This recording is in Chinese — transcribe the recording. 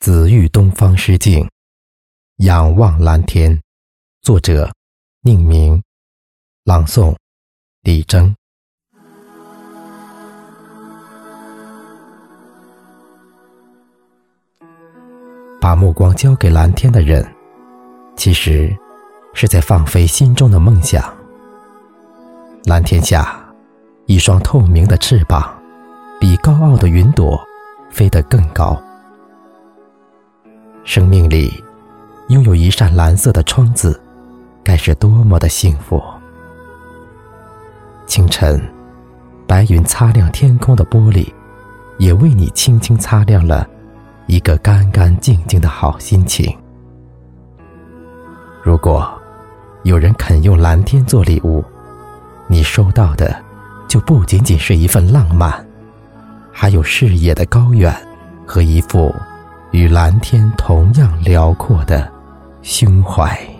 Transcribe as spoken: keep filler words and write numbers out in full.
紫玉东方诗境，仰望蓝天。作者：佞名，朗诵：李征。把目光交给蓝天的人，其实是在放飞心中的梦想。蓝天下，一双透明的翅膀，比高傲的云朵飞得更高。生命里拥有一扇蓝色的窗子，该是多么的幸福。清晨，白云擦亮天空的玻璃，也为你轻轻擦亮了一个干干净净的好心情。如果有人肯用蓝天做礼物，你收到的就不仅仅是一份浪漫，还有视野的高远和一副与蓝天同样辽阔的胸怀。